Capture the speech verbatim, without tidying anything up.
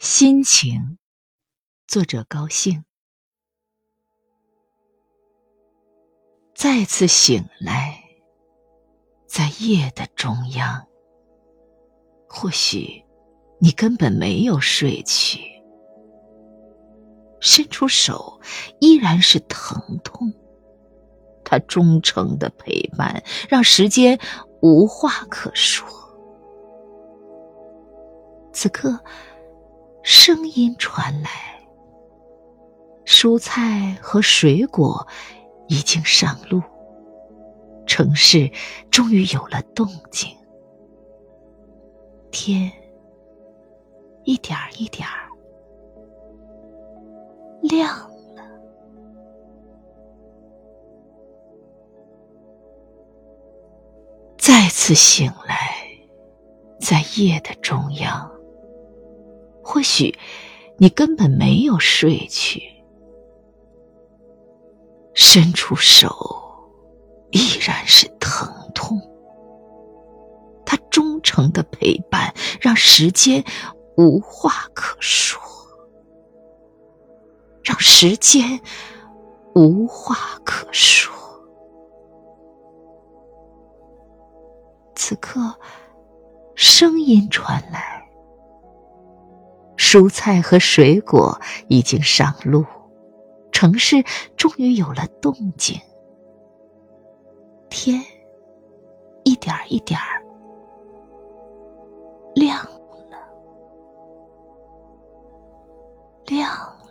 心情，作者高兴。再次醒来，在夜的中央，或许你根本没有睡去，伸出手依然是疼痛，它忠诚的陪伴，让时间无话可说。此刻声音传来，蔬菜和水果已经上路，城市终于有了动静，天一点儿一点儿亮了。再次醒来，在夜的中央，或许你根本没有睡去，伸出手依然是疼痛，它忠诚的陪伴，让时间无话可说，让时间无话可说。此刻声音传来，蔬菜和水果已经上路，城市终于有了动静，天一点儿一点儿亮了，亮了。